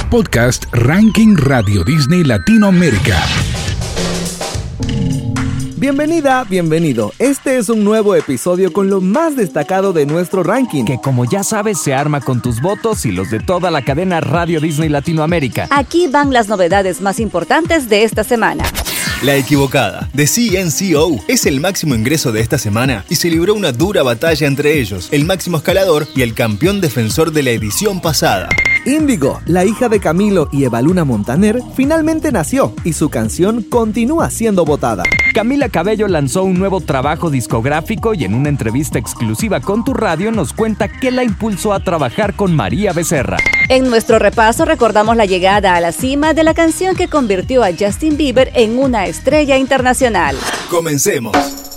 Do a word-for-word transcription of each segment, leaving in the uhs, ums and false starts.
podcast Ranking Radio Disney Latinoamérica. Bienvenida, bienvenido. Este es un nuevo episodio con lo más destacado de nuestro ranking, que como ya sabes se arma con tus votos y los de toda la cadena Radio Disney Latinoamérica. Aquí van las novedades más importantes de esta semana. La equivocada, de C N C O, es el máximo ingreso de esta semana y se libró una dura batalla entre ellos, el máximo escalador y el campeón defensor de la edición pasada. Índigo, la hija de Camilo y Evaluna Montaner, finalmente nació y su canción continúa siendo votada. Camila Cabello lanzó un nuevo trabajo discográfico y en una entrevista exclusiva con Tu Radio nos cuenta qué la impulsó a trabajar con María Becerra. En nuestro repaso recordamos la llegada a la cima de la canción que convirtió a Justin Bieber en una estrella internacional. Comencemos.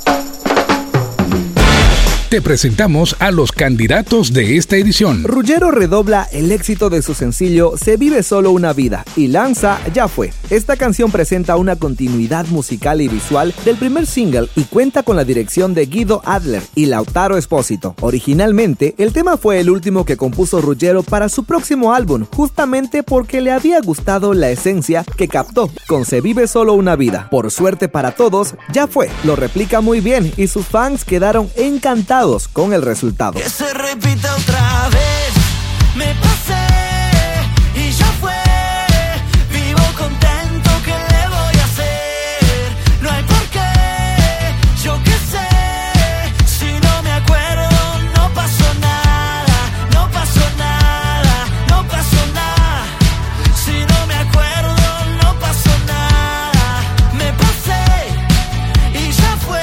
Te presentamos a los candidatos de esta edición. Ruggiero redobla el éxito de su sencillo Se vive solo una vida y lanza Ya fue. Esta canción presenta una continuidad musical y visual del primer single y cuenta con la dirección de Guido Adler y Lautaro Espósito. Originalmente, el tema fue el último que compuso Ruggiero para su próximo álbum, justamente porque le había gustado la esencia que captó con Se vive solo una vida. Por suerte para todos, Ya fue. Lo replica muy bien y sus fans quedaron encantados con el resultado. Que se repita otra vez, me pasé y ya fue. Vivo contento, ¿qué le voy a hacer? No hay por qué, yo qué sé. Si no me acuerdo, no pasó nada, no pasó nada, no pasó nada. Si no me acuerdo, no pasó nada. Me pasé y ya fue.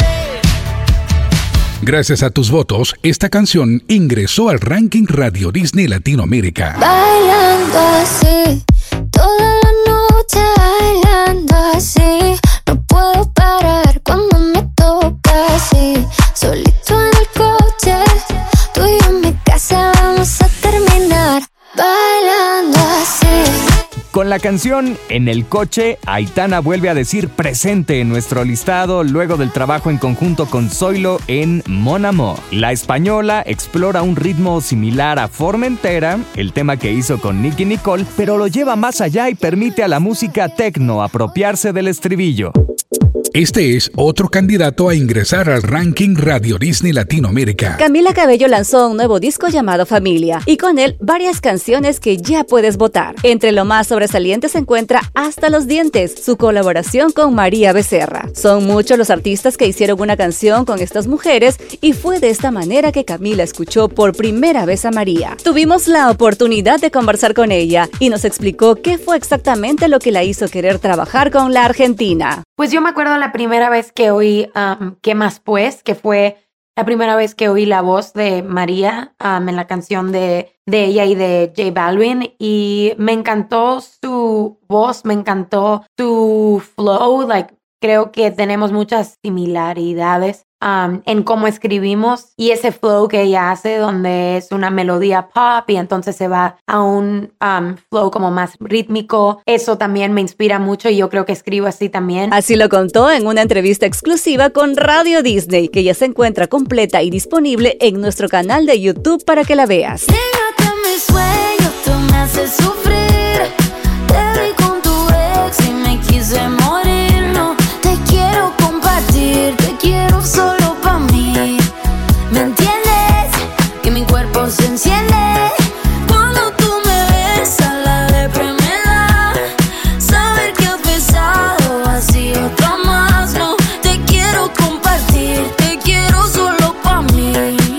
Gracias a tus votos, esta canción ingresó al ranking Radio Disney Latinoamérica. Bailando así, toda la noche bailando así. No puedo parar cuando me toca así. Solito en el coche, tú y yo en mi casa vamos a terminar bailando así. Con la canción En el coche, Aitana vuelve a decir presente en nuestro listado luego del trabajo en conjunto con Zoilo en Mon Amour. La española explora un ritmo similar a Formentera, el tema que hizo con Nicki Nicole, pero lo lleva más allá y permite a la música techno apropiarse del estribillo. Este es otro candidato a ingresar al ranking Radio Disney Latinoamérica. Camila Cabello lanzó un nuevo disco llamado Familia y con él varias canciones que ya puedes votar. Entre lo más sobresaliente se encuentra Hasta los dientes, su colaboración con María Becerra. Son muchos los artistas que hicieron una canción con estas mujeres y fue de esta manera que Camila escuchó por primera vez a María. Tuvimos la oportunidad de conversar con ella y nos explicó qué fue exactamente lo que la hizo querer trabajar con la Argentina. Pues yo me acuerdo la primera vez que oí um, ¿Qué más pues? Que fue la primera vez que oí la voz de María um, en la canción de, de ella y de J Balvin y me encantó su voz, me encantó su flow, like creo que tenemos muchas similaridades um, en cómo escribimos y ese flow que ella hace donde es una melodía pop y entonces se va a un um, flow como más rítmico. Eso también me inspira mucho y yo creo que escribo así también. Así lo contó en una entrevista exclusiva con Radio Disney, que ya se encuentra completa y disponible en nuestro canal de YouTube para que la veas. Llégate a mis sueños, tú me haces sufrir. Te vi con tu ex y me quise morir. No te quiero compartir, te quiero solo pa' mí. ¿Me entiendes? Que mi cuerpo se enciende cuando tú me besas, la depre me da. Saber que has besado así otra más. No te quiero compartir, te quiero solo pa' mí.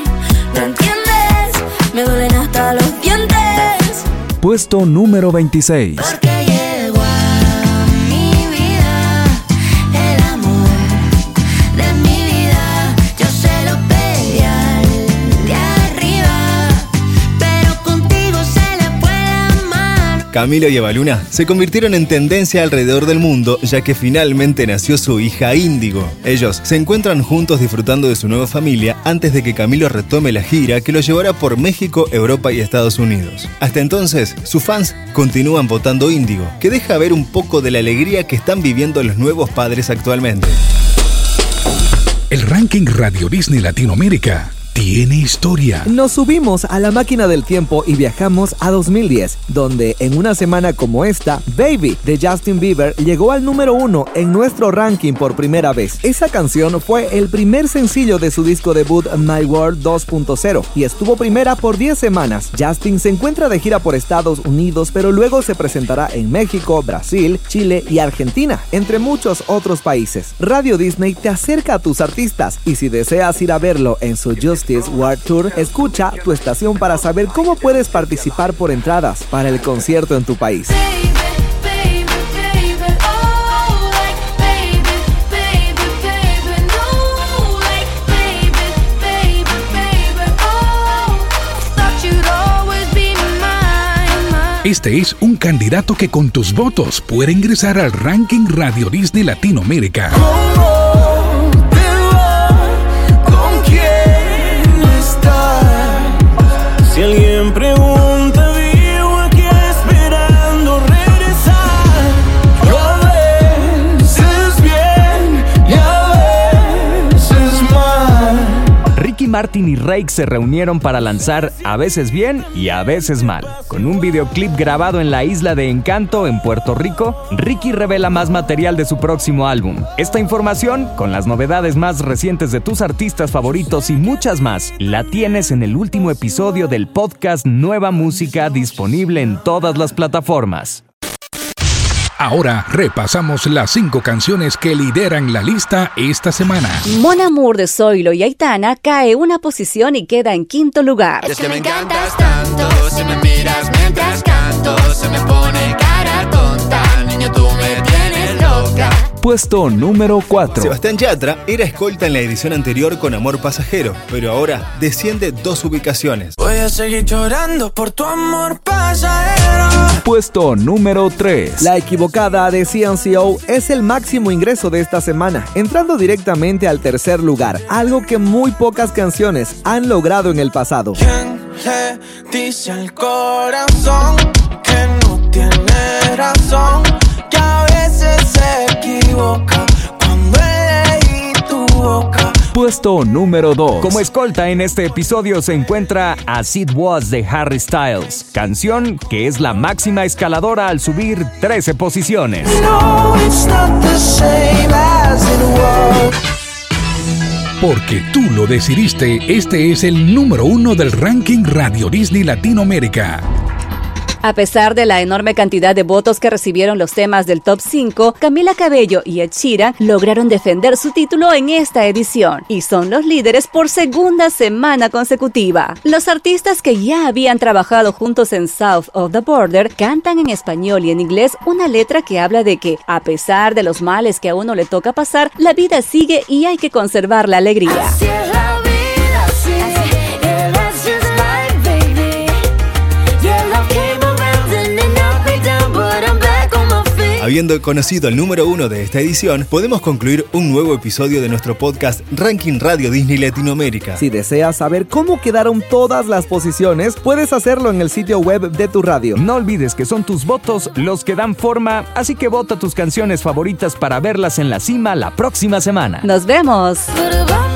¿Me entiendes? Me duelen hasta los dientes. Puesto número veintiséis. Porque llegó a mi vida el amor de mi vida. Yo se lo pedí al de arriba, pero contigo se le fue la mano. Camilo y Evaluna se convirtieron en tendencia alrededor del mundo ya que finalmente nació su hija Índigo. Ellos se encuentran juntos disfrutando de su nueva familia antes de que Camilo retome la gira que lo llevará por México, Europa y Estados Unidos. Hasta entonces, sus fans continúan votando Índigo, que deja ver un poco de la alegría que están viviendo los nuevos padres actualmente. El ranking Radio Disney Latinoamérica tiene historia. Nos subimos a la máquina del tiempo y viajamos a dos mil diez, donde en una semana como esta, Baby de Justin Bieber llegó al número uno en nuestro ranking por primera vez. Esa canción fue el primer sencillo de su disco debut My World dos punto cero y estuvo primera por diez semanas. Justin se encuentra de gira por Estados Unidos, pero luego se presentará en México, Brasil, Chile y Argentina, entre muchos otros países. Radio Disney te acerca a tus artistas y si deseas ir a verlo en su Justice World Tour, escucha tu estación para saber cómo puedes participar por entradas para el concierto en tu país. Este es un candidato que con tus votos puede ingresar al ranking Radio Disney Latinoamérica. Si alguien pregunta, vivo aquí esperando regresar. A veces bien y a veces mal. Ricky Martin y Rake se reunieron para lanzar A veces bien y a veces mal. Con un videoclip grabado en la isla de Encanto, en Puerto Rico, Ricky revela más material de su próximo álbum. Esta información, con las novedades más recientes de tus artistas favoritos y muchas más, la tienes en el último episodio del podcast Nueva Música, disponible en todas las plataformas. Ahora repasamos las cinco canciones que lideran la lista esta semana. Mon Amour de Zoilo y Aitana cae una posición y queda en quinto lugar. Es que me encantas tanto, si me miras mientras canto, se me pone cara tonta, niño tú me tienes loca. Puesto número cuatro. Sebastián Yatra era escolta en la edición anterior con Amor Pasajero, pero ahora desciende dos ubicaciones. Voy a seguir llorando por tu amor pasajero. Puesto número tres. La equivocada de C N C O es el máximo ingreso de esta semana, entrando directamente al tercer lugar, algo que muy pocas canciones han logrado en el pasado. ¿Quién le dice al corazón que no tiene razón? Que a veces se equivoca cuando elegí tu boca. Puesto número dos. Como escolta en este episodio se encuentra As It Was de Harry Styles, canción que es la máxima escaladora al subir trece posiciones. No, it's not the same as it was. Porque tú lo decidiste, este es el número uno del ranking Radio Disney Latinoamérica. A pesar de la enorme cantidad de votos que recibieron los temas del top cinco, Camila Cabello y Ed Sheeran lograron defender su título en esta edición y son los líderes por segunda semana consecutiva. Los artistas que ya habían trabajado juntos en South of the Border cantan en español y en inglés una letra que habla de que, a pesar de los males que a uno le toca pasar, la vida sigue y hay que conservar la alegría. Así es la vida, así, yeah, that's just life, baby. Yeah, love came around and then knocked me down, but I'm back on my feet. Habiendo conocido el número uno de esta edición, podemos concluir un nuevo episodio de nuestro podcast Ranking Radio Disney Latinoamérica. Si deseas saber cómo quedaron todas las posiciones, puedes hacerlo en el sitio web de tu radio. No olvides que son tus votos los que dan forma, así que vota tus canciones favoritas para verlas en la cima la próxima semana. ¡Nos vemos! But about